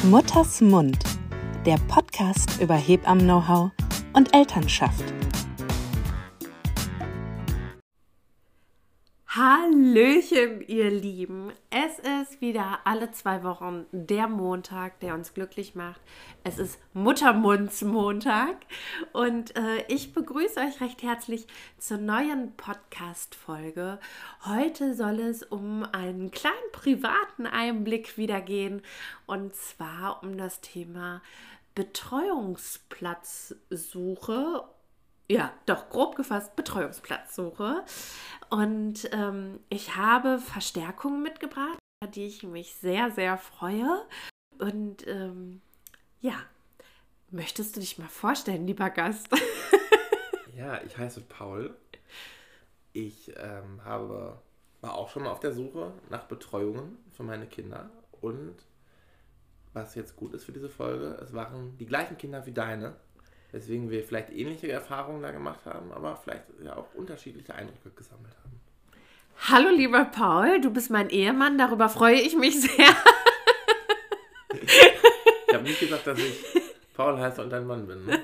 Mutters Mund, der Podcast über Hebammen-Know-how und Elternschaft. Hallöchen, ihr Lieben. Es ist wieder alle 2 Wochen der Montag, der uns glücklich macht. Es ist Muttermundsmontag und ich begrüße euch recht herzlich zur neuen Podcast-Folge. Heute soll es um einen kleinen privaten Einblick wieder gehen und zwar um das Thema Betreuungsplatzsuche. Ja, doch, grob gefasst Betreuungsplatzsuche. Und ich habe Verstärkungen mitgebracht, über die ich mich sehr, sehr freue. Und ja, möchtest du dich mal vorstellen, lieber Gast? Ja, ich heiße Paul. Ich war auch schon mal auf der Suche nach Betreuungen für meine Kinder. Und was jetzt gut ist für diese Folge, es waren die gleichen Kinder wie deine. Weswegen wir vielleicht ähnliche Erfahrungen da gemacht haben, aber vielleicht ja auch unterschiedliche Eindrücke gesammelt haben. Hallo lieber Paul, du bist mein Ehemann, darüber freue ich mich sehr. Ich habe nicht gesagt, dass ich Paul heiße und dein Mann bin. Ne?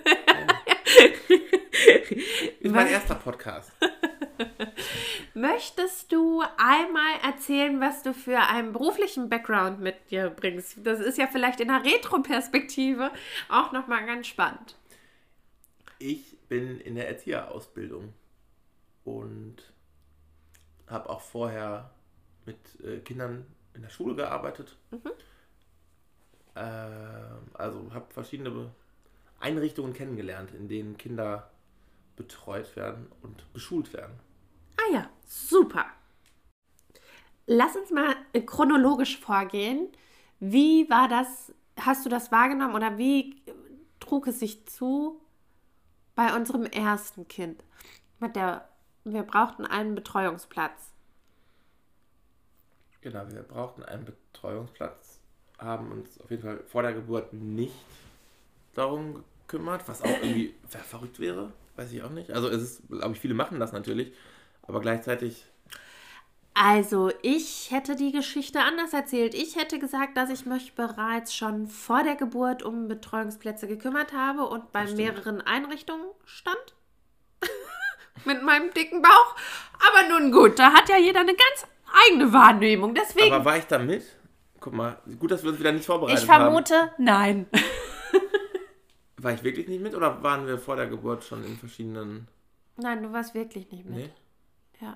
Ist mein erster Podcast. Möchtest du einmal erzählen, was du für einen beruflichen Background mit dir bringst? Das ist ja vielleicht in der Retro-Perspektive auch nochmal ganz spannend. Ich bin in der Erzieherausbildung und habe auch vorher mit Kindern in der Schule gearbeitet. Also habe verschiedene Einrichtungen kennengelernt, in denen Kinder betreut werden und beschult werden. Ah ja, super. Lass uns mal chronologisch vorgehen. Wie war das, hast du das wahrgenommen oder wie trug es sich zu bei unserem ersten Kind? Wir brauchten einen Betreuungsplatz. Genau, wir brauchten einen Betreuungsplatz, haben uns auf jeden Fall vor der Geburt nicht darum gekümmert, was auch irgendwie verrückt wäre, weiß ich auch nicht. Also es ist, glaube ich, viele machen das natürlich, aber gleichzeitig... Also ich hätte die Geschichte anders erzählt. Ich hätte gesagt, dass ich mich bereits schon vor der Geburt um Betreuungsplätze gekümmert habe und bei mehreren Einrichtungen stand. Mit meinem dicken Bauch. Aber nun gut, da hat ja jeder eine ganz eigene Wahrnehmung. Deswegen. Aber war ich da mit? Guck mal, gut, dass wir uns wieder nicht vorbereitet haben. Ich vermute, nein. War ich wirklich nicht mit oder waren wir vor der Geburt schon in verschiedenen... Nein, du warst wirklich nicht mit. Nee? Ja.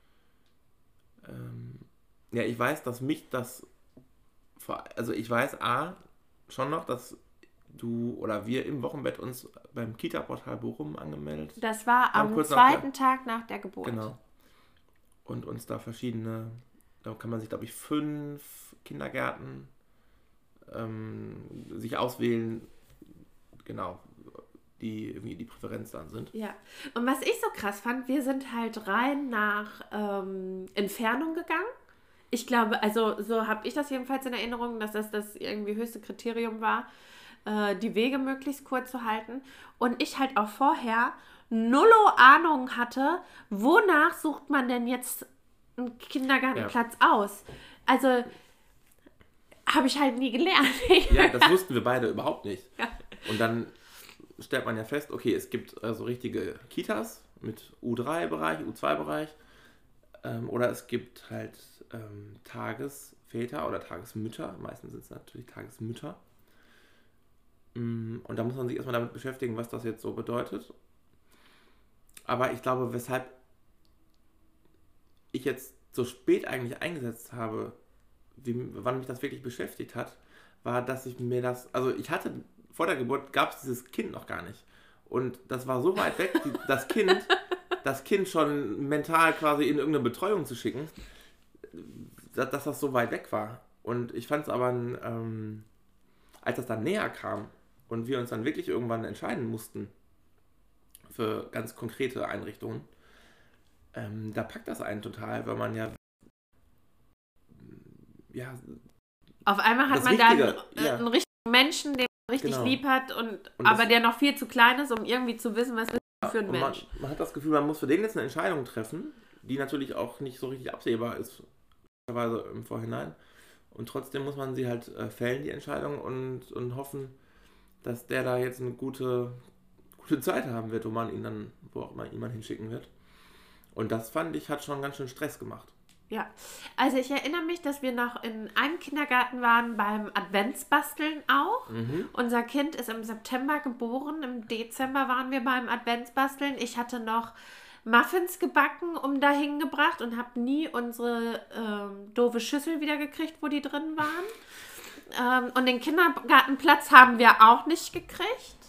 Ja, ich weiß, dass mich das... Also ich weiß schon noch, dass du oder wir im Wochenbett uns beim Kita-Portal Bochum angemeldet. Das war am zweiten Tag nach der Geburt. Genau. Und uns da verschiedene, da kann man sich, glaube ich, 5 Kindergärten sich auswählen, genau, die irgendwie die Präferenz dann sind. Ja, und was ich so krass fand, wir sind halt rein nach Entfernung gegangen. Ich glaube, also so habe ich das jedenfalls in Erinnerung, dass das irgendwie höchste Kriterium war, die Wege möglichst kurz zu halten. Und ich halt auch vorher nullo Ahnung hatte, wonach sucht man denn jetzt einen Kindergartenplatz aus? Also habe ich halt nie gelernt. Ja, das wussten wir beide überhaupt nicht. Ja. Und dann stellt man ja fest, okay, es gibt also richtige Kitas mit U3-Bereich, U2-Bereich oder es gibt halt Tagesväter oder Tagesmütter. Meistens sind es natürlich Tagesmütter. Und da muss man sich erstmal damit beschäftigen, was das jetzt so bedeutet. Aber ich glaube, weshalb ich jetzt so spät eigentlich eingesetzt habe, wann mich das wirklich beschäftigt hat, war, dass ich mir das, also ich hatte, vor der Geburt gab es dieses Kind noch gar nicht. Und das war so weit weg, das Kind schon mental quasi in irgendeine Betreuung zu schicken, dass das so weit weg war. Und ich fand es aber, als das dann näher kam und wir uns dann wirklich irgendwann entscheiden mussten für ganz konkrete Einrichtungen, da packt das einen total, weil man ja auf einmal hat man da einen richtigen Menschen, den man richtig lieb hat, aber der noch viel zu klein ist, um irgendwie zu wissen, was das für ein Mensch. Man hat das Gefühl, man muss für den jetzt eine Entscheidung treffen, die natürlich auch nicht so richtig absehbar ist, im Vorhinein. Und trotzdem muss man sie halt fällen, die Entscheidung, und hoffen, dass der da jetzt eine gute Zeit haben wird, wo man ihn dann, wo auch immer jemand hinschicken wird. Und das fand ich, hat schon ganz schön Stress gemacht. Ja, also ich erinnere mich, dass wir noch in einem Kindergarten waren beim Adventsbasteln auch. Unser Kind ist im September geboren, im Dezember waren wir beim Adventsbasteln. Ich hatte noch Muffins gebacken, dahin gebracht und habe nie unsere doofe Schüssel wieder gekriegt, wo die drin waren. Und den Kindergartenplatz haben wir auch nicht gekriegt.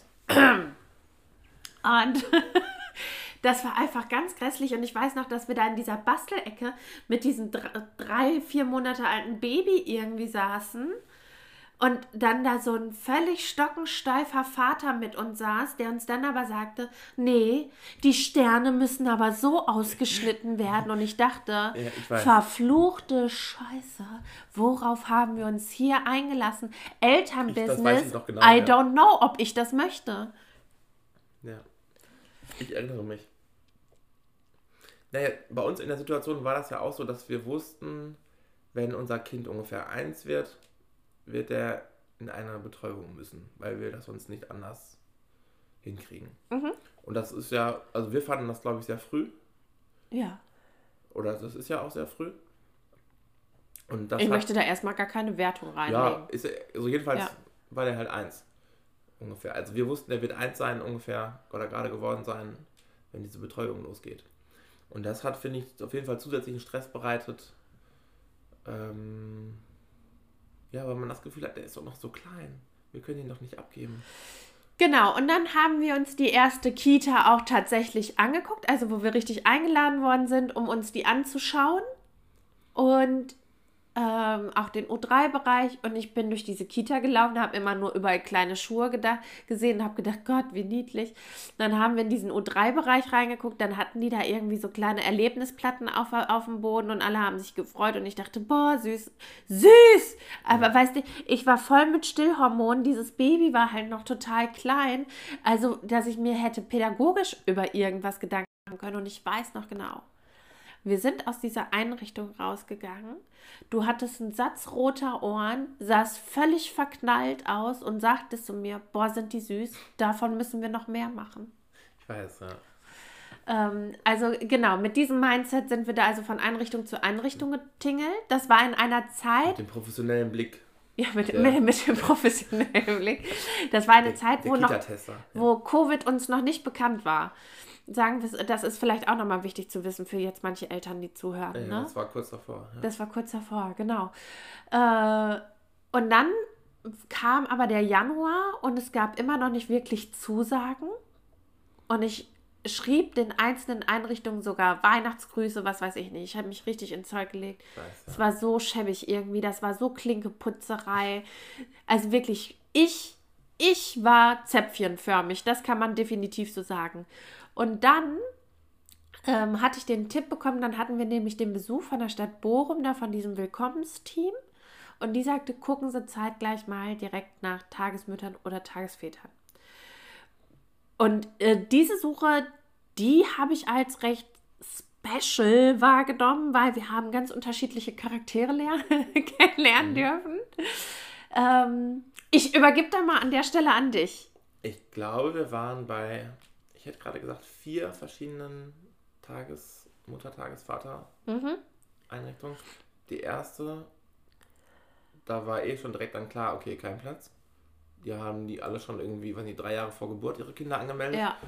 Und das war einfach ganz grässlich. Und ich weiß noch, dass wir da in dieser Bastelecke mit diesem 3-4 Monate alten Baby irgendwie saßen. Und dann da so ein völlig stockensteifer Vater mit uns saß, der uns dann aber sagte, nee, die Sterne müssen aber so ausgeschnitten werden. Und ich dachte, verfluchte Scheiße, worauf haben wir uns hier eingelassen? Elternbusiness, genau, I don't know, ob ich das möchte. Ja, ich erinnere mich. Naja, bei uns in der Situation war das ja auch so, dass wir wussten, wenn unser Kind ungefähr 1 wird er in einer Betreuung müssen, weil wir das sonst nicht anders hinkriegen. Und das ist ja, also wir fanden das, glaube ich, sehr früh. Ja. Oder das ist ja auch sehr früh. Und das ich möchte da erstmal gar keine Wertung reinlegen. Ja, also jedenfalls war der halt 1. Ungefähr. Also wir wussten, der wird 1 sein ungefähr, oder gerade geworden sein, wenn diese Betreuung losgeht. Und das hat, finde ich, auf jeden Fall zusätzlichen Stress bereitet. Ja, weil man das Gefühl hat, der ist doch noch so klein. Wir können ihn doch nicht abgeben. Genau, und dann haben wir uns die erste Kita auch tatsächlich angeguckt, also wo wir richtig eingeladen worden sind, um uns die anzuschauen. Und auch den U3-Bereich. Und ich bin durch diese Kita gelaufen, habe immer nur überall kleine Schuhe gesehen und habe gedacht, Gott, wie niedlich. Dann haben wir in diesen U3-Bereich reingeguckt, dann hatten die da irgendwie so kleine Erlebnisplatten auf dem Boden und alle haben sich gefreut und ich dachte, boah, süß, süß. Aber weißt du, ich war voll mit Stillhormonen, dieses Baby war halt noch total klein, also dass ich mir hätte pädagogisch über irgendwas Gedanken machen können und ich weiß noch genau. Wir sind aus dieser Einrichtung rausgegangen. Du hattest einen Satz roter Ohren, sahst völlig verknallt aus und sagtest zu mir, boah, sind die süß, davon müssen wir noch mehr machen. Ich weiß, ja. Also genau, mit diesem Mindset sind wir da also von Einrichtung zu Einrichtung getingelt. Das war in einer Zeit... Mit dem professionellen Blick. Ja, mit dem professionellen Blick. Das war eine Zeit, wo Covid uns noch nicht bekannt war. Sagen wir, das ist vielleicht auch nochmal wichtig zu wissen für jetzt manche Eltern, die zuhören. Ja, ne? Das war kurz davor. Ja. Das war kurz davor, genau. Und dann kam aber der Januar und es gab immer noch nicht wirklich Zusagen. Und ich schrieb den einzelnen Einrichtungen sogar Weihnachtsgrüße, was weiß ich nicht. Ich habe mich richtig ins Zeug gelegt. Es war so schäbig irgendwie, das war so Klinkeputzerei. Also wirklich, ich war zäpfchenförmig, das kann man definitiv so sagen. Und dann hatte ich den Tipp bekommen, dann hatten wir nämlich den Besuch von der Stadt Bochum, da von diesem Willkommensteam. Und die sagte, gucken Sie zeitgleich mal direkt nach Tagesmüttern oder Tagesvätern. Und diese Suche, die habe ich als recht special wahrgenommen, weil wir haben ganz unterschiedliche Charaktere kennenlernen dürfen. Ich übergebe da mal an der Stelle an dich. Ich glaube, wir waren bei... Ich hätte gerade gesagt, 4 verschiedenen Mutter-, Vater-Einrichtungen. Die erste, da war schon direkt dann klar, okay, kein Platz. Die haben die alle schon irgendwie, 3 Jahre vor Geburt ihre Kinder angemeldet. Ja.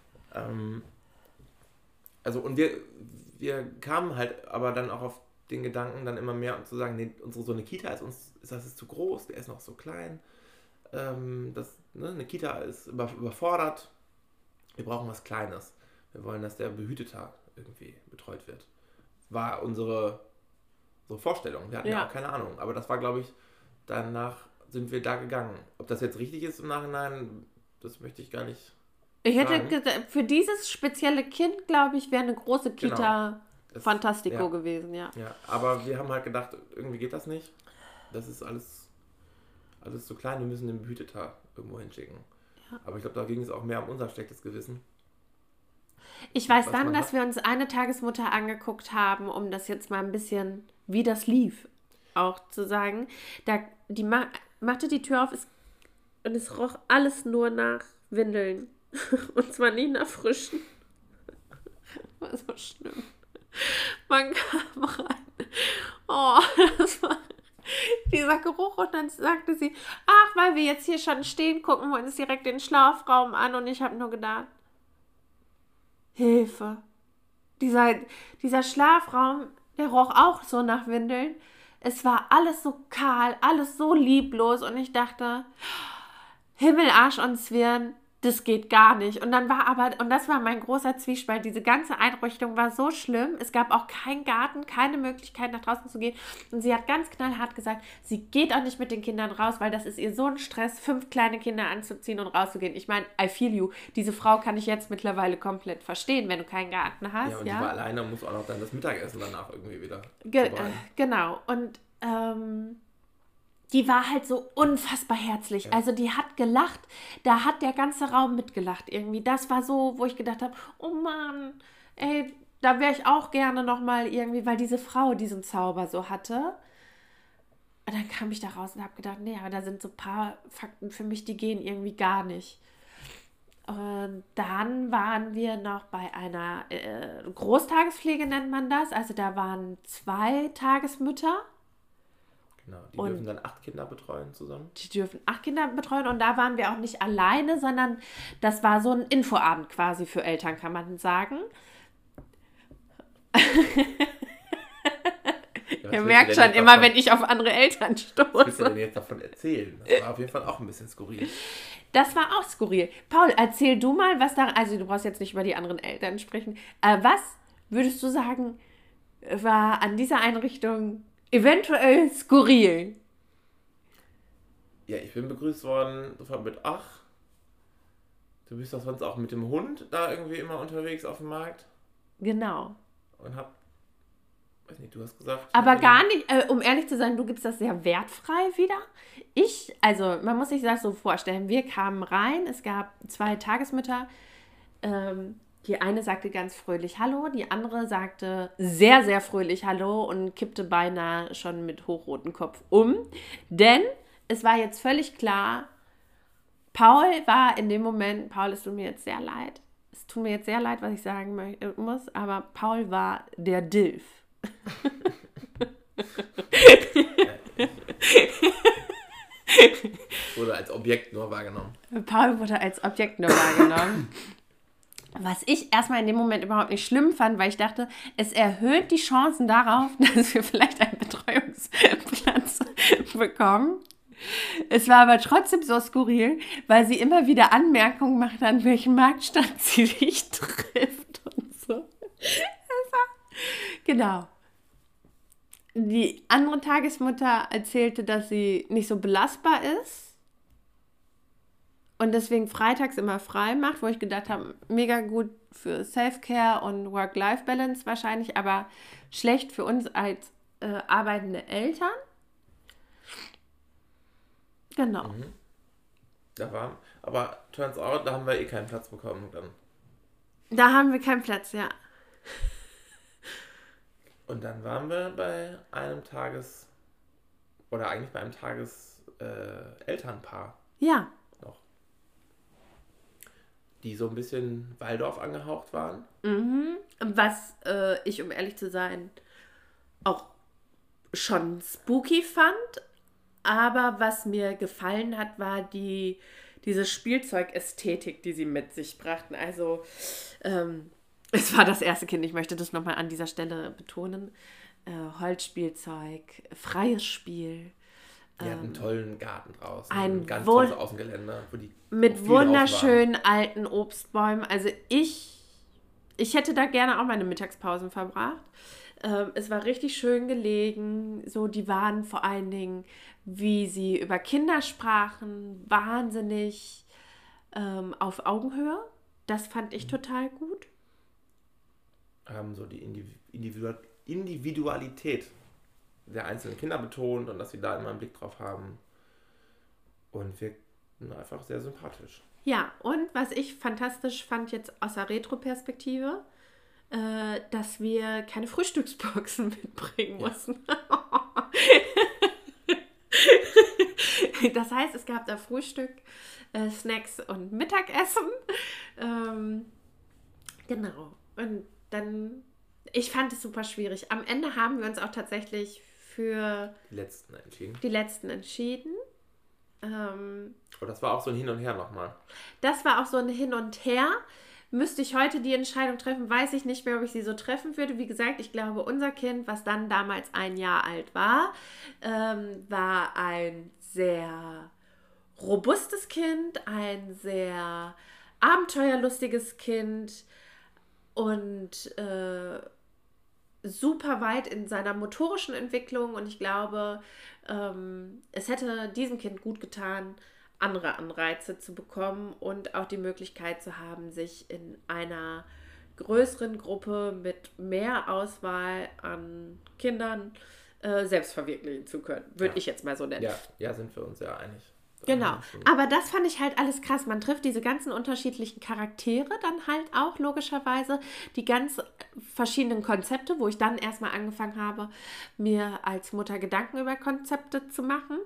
Also und wir kamen halt aber dann auch auf den Gedanken dann immer mehr, um zu sagen, nee, so eine Kita das ist zu groß, der ist noch so klein. Eine Kita ist überfordert. Wir brauchen was Kleines. Wir wollen, dass der behüteter irgendwie betreut wird. War unsere Vorstellung. Wir hatten ja auch keine Ahnung. Aber das war, glaube ich, danach sind wir da gegangen. Ob das jetzt richtig ist im Nachhinein, das möchte ich gar nicht Ich hätte gesagt, für dieses spezielle Kind, glaube ich, wäre eine große Kita Fantastico gewesen, ja. Ja, aber wir haben halt gedacht, irgendwie geht das nicht. Das ist alles zu klein, wir müssen den Behüteter irgendwo hinschicken. Ja. Aber ich glaube, da ging es auch mehr um unser schlechtes Gewissen. Ich weiß dann, dass wir uns eine Tagesmutter angeguckt haben, um das jetzt mal ein bisschen, wie das lief. auch zu sagen. Die machte die Tür auf und es roch alles nur nach Windeln. Und zwar nicht nach frischen. War so schlimm. Man kam rein. Oh, das war dieser Geruch. Und dann sagte sie, ach, weil wir jetzt hier schon stehen, gucken wir uns direkt den Schlafraum an. Und ich habe nur gedacht, Hilfe. Dieser Schlafraum, der roch auch so nach Windeln. Es war alles so kahl, alles so lieblos. Und ich dachte, Himmel, Arsch und Zwirn, das geht gar nicht. Und das war mein großer Zwiespalt, diese ganze Einrichtung war so schlimm. Es gab auch keinen Garten, keine Möglichkeit nach draußen zu gehen. Und sie hat ganz knallhart gesagt, sie geht auch nicht mit den Kindern raus, weil das ist ihr so ein Stress, 5 kleine Kinder anzuziehen und rauszugehen. Ich meine, I feel you. Diese Frau kann ich jetzt mittlerweile komplett verstehen, wenn du keinen Garten hast. Ja, und die war alleine und muss auch noch dann das Mittagessen danach irgendwie wieder genau. Und die war halt so unfassbar herzlich. Ja. Also die hat gelacht, da hat der ganze Raum mitgelacht irgendwie. Das war so, wo ich gedacht habe, oh Mann, ey, da wäre ich auch gerne nochmal irgendwie, weil diese Frau diesen Zauber so hatte. Und dann kam ich da raus und habe gedacht, nee, aber da sind so ein paar Fakten für mich, die gehen irgendwie gar nicht. Und dann waren wir noch bei einer Großtagespflege, nennt man das. Also da waren 2 Tagesmütter. Genau, die dürfen dann 8 Kinder betreuen zusammen. Die dürfen 8 Kinder betreuen und da waren wir auch nicht alleine, sondern das war so ein Infoabend quasi für Eltern, kann man sagen. Ja, ihr merkt schon immer, wenn ich auf andere Eltern stoße. Was willst du denn jetzt davon erzählen? Das war auf jeden Fall auch ein bisschen skurril. Das war auch skurril. Paul, erzähl du mal, was da, also du brauchst jetzt nicht über die anderen Eltern sprechen, was würdest du sagen, war an dieser Einrichtung eventuell skurril? Ja, ich bin begrüßt worden sofort mit, ach, du bist doch sonst auch mit dem Hund da irgendwie immer unterwegs auf dem Markt. Genau. Und weiß nicht, du hast gesagt. Aber gar nicht, um ehrlich zu sein, du gibst das sehr wertfrei wieder. Also man muss sich das so vorstellen, wir kamen rein, es gab 2 Tagesmütter, die eine sagte ganz fröhlich Hallo, die andere sagte sehr, sehr fröhlich Hallo und kippte beinahe schon mit hochrotem Kopf um. Denn es war jetzt völlig klar, Paul war in dem Moment, Paul, es tut mir jetzt sehr leid, was ich sagen muss, aber Paul war der Dilf. Wurde als Objekt nur wahrgenommen. Paul wurde als Objekt nur wahrgenommen. Was ich erstmal in dem Moment überhaupt nicht schlimm fand, weil ich dachte, es erhöht die Chancen darauf, dass wir vielleicht einen Betreuungsplatz bekommen. Es war aber trotzdem so skurril, weil sie immer wieder Anmerkungen macht, an welchem Marktstand sie sich trifft und so. Genau. Die andere Tagesmutter erzählte, dass sie nicht so belastbar ist und deswegen freitags immer frei macht, wo ich gedacht habe, mega gut für Self-Care und Work-Life-Balance wahrscheinlich, aber schlecht für uns als arbeitende Eltern. Genau. Mhm. Aber turns out, da haben wir keinen Platz bekommen dann. Da haben wir keinen Platz, ja. Und dann waren wir bei einem Elternpaar. Ja. Noch. Die so ein bisschen Waldorf angehaucht waren. Mhm. Was ich, um ehrlich zu sein, auch schon spooky fand. Aber was mir gefallen hat, war diese Spielzeukästhetik, die sie mit sich brachten. Also, es war das erste Kind, ich möchte das nochmal an dieser Stelle betonen. Holzspielzeug, freies Spiel. Die hatten einen tollen Garten draußen. Ein ganz tolles Außengelände. Mit wunderschönen alten Obstbäumen. Also ich hätte da gerne auch meine Mittagspausen verbracht. Es war richtig schön gelegen. So, die waren vor allen Dingen, wie sie über Kinder sprachen, wahnsinnig auf Augenhöhe. Das fand ich total gut. Haben so die Individualität der einzelnen Kinder betont und dass sie da immer einen Blick drauf haben. Und wirkten einfach sehr sympathisch. Ja, und was ich fantastisch fand jetzt aus der Retro-Perspektive, dass wir keine Frühstücksboxen mitbringen mussten. Das heißt, es gab da Frühstück, Snacks und Mittagessen. Genau. Und dann, ich fand es super schwierig. Am Ende haben wir uns auch tatsächlich für die letzten entschieden. Aber das war auch so ein Hin und Her nochmal. Das war auch so ein Hin und Her. Müsste ich heute die Entscheidung treffen, weiß ich nicht mehr, ob ich sie so treffen würde. Wie gesagt, ich glaube, unser Kind, was dann damals 1 Jahr alt war, war ein sehr robustes Kind, ein sehr abenteuerlustiges Kind und super weit in seiner motorischen Entwicklung. Und ich glaube, es hätte diesem Kind gut getan, andere Anreize zu bekommen und auch die Möglichkeit zu haben, sich in einer größeren Gruppe mit mehr Auswahl an Kindern selbst verwirklichen zu können. Würde ich jetzt mal so nennen. Ja, sind wir uns ja einig. Genau, aber das fand ich halt alles krass. Man trifft diese ganzen unterschiedlichen Charaktere dann halt auch logischerweise, die ganz verschiedenen Konzepte, wo ich dann erstmal angefangen habe, mir als Mutter Gedanken über Konzepte zu machen.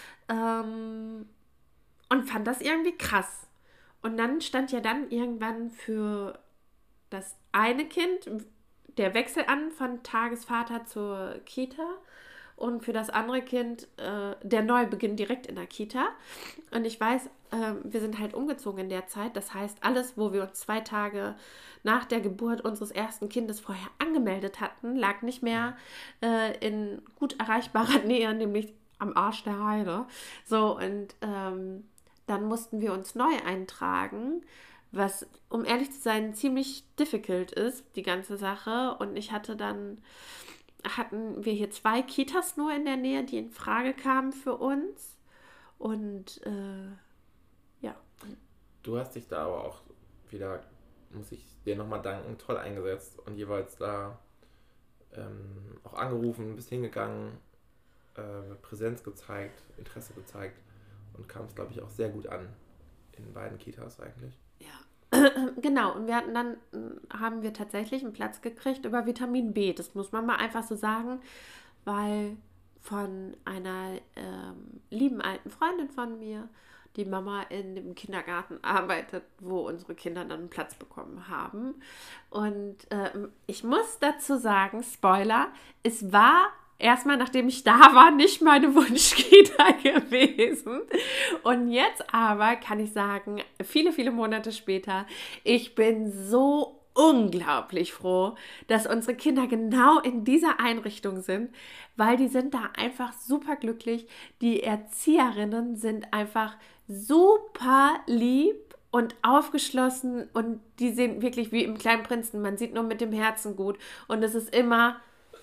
Und fand das irgendwie krass. Und dann stand ja dann irgendwann für das eine Kind der Wechsel an von Tagesvater zur Kita und für das andere Kind der Neubeginn direkt in der Kita. Und ich weiß, wir sind halt umgezogen in der Zeit. Das heißt, alles, wo wir uns 2 Tage nach der Geburt unseres ersten Kindes vorher angemeldet hatten, lag nicht mehr in gut erreichbarer Nähe, nämlich am Arsch der Heide. So, und dann mussten wir uns neu eintragen, was, um ehrlich zu sein, ziemlich difficult ist, die ganze Sache. Und hatten wir hier 2 Kitas nur in der Nähe, die in Frage kamen für uns. Und ja. Du hast dich da aber auch wieder, muss ich dir nochmal danken, toll eingesetzt und jeweils da auch angerufen, bist hingegangen, Präsenz gezeigt, Interesse gezeigt und kam es, glaube ich, auch sehr gut an in beiden Kitas eigentlich. Ja, genau. Und haben wir tatsächlich einen Platz gekriegt über Vitamin B. Das muss man mal einfach so sagen, weil von einer lieben alten Freundin von mir die Mama in dem Kindergarten arbeitet, wo unsere Kinder dann einen Platz bekommen haben. Und ich muss dazu sagen, Spoiler, es war erstmal, nachdem ich da war, nicht meine Wunschkita gewesen. Und jetzt aber kann ich sagen, viele, viele Monate später, ich bin so unglaublich froh, dass unsere Kinder genau in dieser Einrichtung sind, weil die sind da einfach super glücklich. Die Erzieherinnen sind einfach super lieb und aufgeschlossen und die sind wirklich wie im Kleinen Prinzen. Man sieht nur mit dem Herzen gut und es ist immer...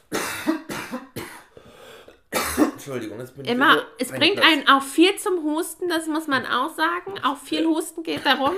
Entschuldigung, es bringt einen auch viel zum Husten, das muss man auch sagen. Auch viel Husten geht darum.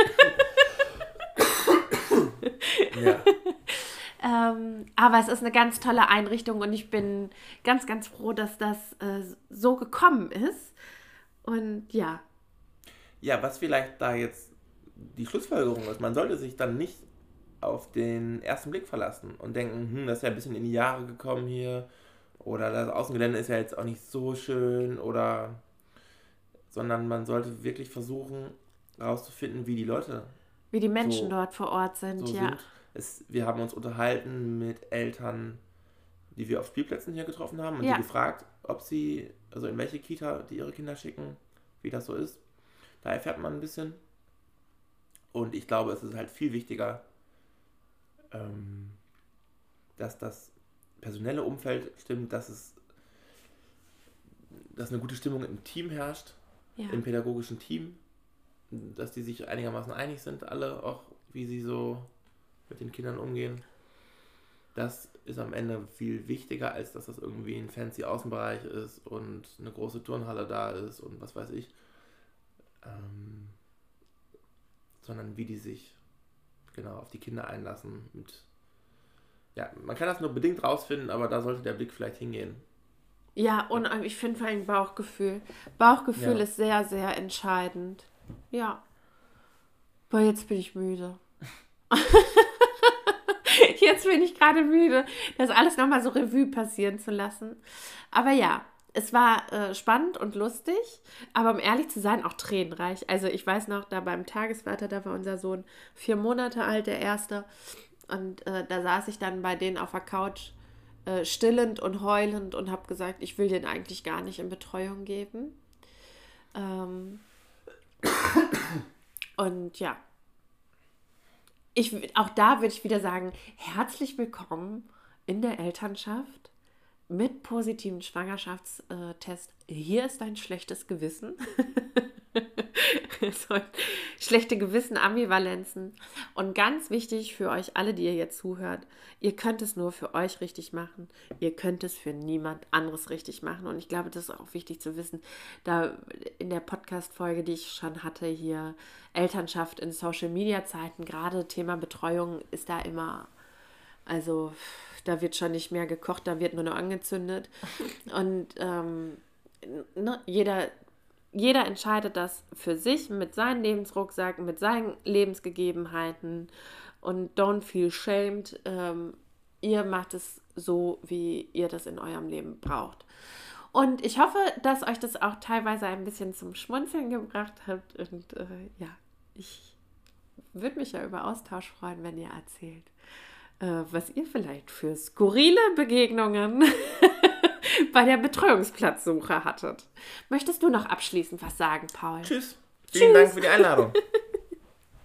Ja. Aber es ist eine ganz tolle Einrichtung und ich bin ganz, ganz froh, dass das so gekommen ist. Und ja. Ja, was vielleicht da jetzt die Schlussfolgerung ist, man sollte sich dann nicht auf den ersten Blick verlassen und denken, das ist ja ein bisschen in die Jahre gekommen hier. Oder das Außengelände ist ja jetzt auch nicht so schön, sondern man sollte wirklich versuchen, herauszufinden, wie die Menschen dort vor Ort sind, ja. Wir haben uns unterhalten mit Eltern, die wir auf Spielplätzen hier getroffen haben und die gefragt, ob sie, also in welche Kita die ihre Kinder schicken, wie das so ist. Da erfährt man ein bisschen. Und ich glaube, es ist halt viel wichtiger, dass das personelle Umfeld stimmt, dass eine gute Stimmung im Team herrscht, im pädagogischen Team, dass die sich einigermaßen einig sind, alle auch, wie sie so mit den Kindern umgehen. Das ist am Ende viel wichtiger, als dass das irgendwie ein fancy Außenbereich ist und eine große Turnhalle da ist und was weiß ich. Sondern wie die sich genau auf die Kinder einlassen. Man kann das nur bedingt rausfinden, aber da sollte der Blick vielleicht hingehen. Ja, und ich finde vor allem Bauchgefühl. Bauchgefühl ist sehr, sehr entscheidend. Ja. Boah, jetzt bin ich müde. Jetzt bin ich gerade müde, das alles nochmal so Revue passieren zu lassen. Aber ja, es war spannend und lustig, aber um ehrlich zu sein, auch tränenreich. Also ich weiß noch, da beim Tagesvater, da war unser Sohn 4 Monate alt, der erste. Und da saß ich dann bei denen auf der Couch stillend und heulend und habe gesagt, ich will den eigentlich gar nicht in Betreuung geben. Und ja, auch da würde ich wieder sagen, herzlich willkommen in der Elternschaft mit positiven Schwangerschaftstest. Hier ist dein schlechtes Gewissen. Schlechte Gewissen, Ambivalenzen. Und ganz wichtig für euch alle, die ihr jetzt zuhört, ihr könnt es nur für euch richtig machen. Ihr könnt es für niemand anderes richtig machen. Und ich glaube, das ist auch wichtig zu wissen. Da in der Podcast-Folge, die ich schon hatte, hier Elternschaft in Social-Media-Zeiten, gerade Thema Betreuung ist da immer, also da wird schon nicht mehr gekocht, da wird nur noch angezündet. Und jeder entscheidet das für sich mit seinem Lebensrucksack, mit seinen Lebensgegebenheiten und don't feel shamed. Ihr macht es so, wie ihr das in eurem Leben braucht. Und ich hoffe, dass euch das auch teilweise ein bisschen zum Schmunzeln gebracht hat. Und ja, ich würde mich ja über Austausch freuen, wenn ihr erzählt, was ihr vielleicht für skurrile Begegnungen bei der Betreuungsplatzsuche hattet. Möchtest du noch abschließend was sagen, Paul? Tschüss. Vielen Dank für die Einladung.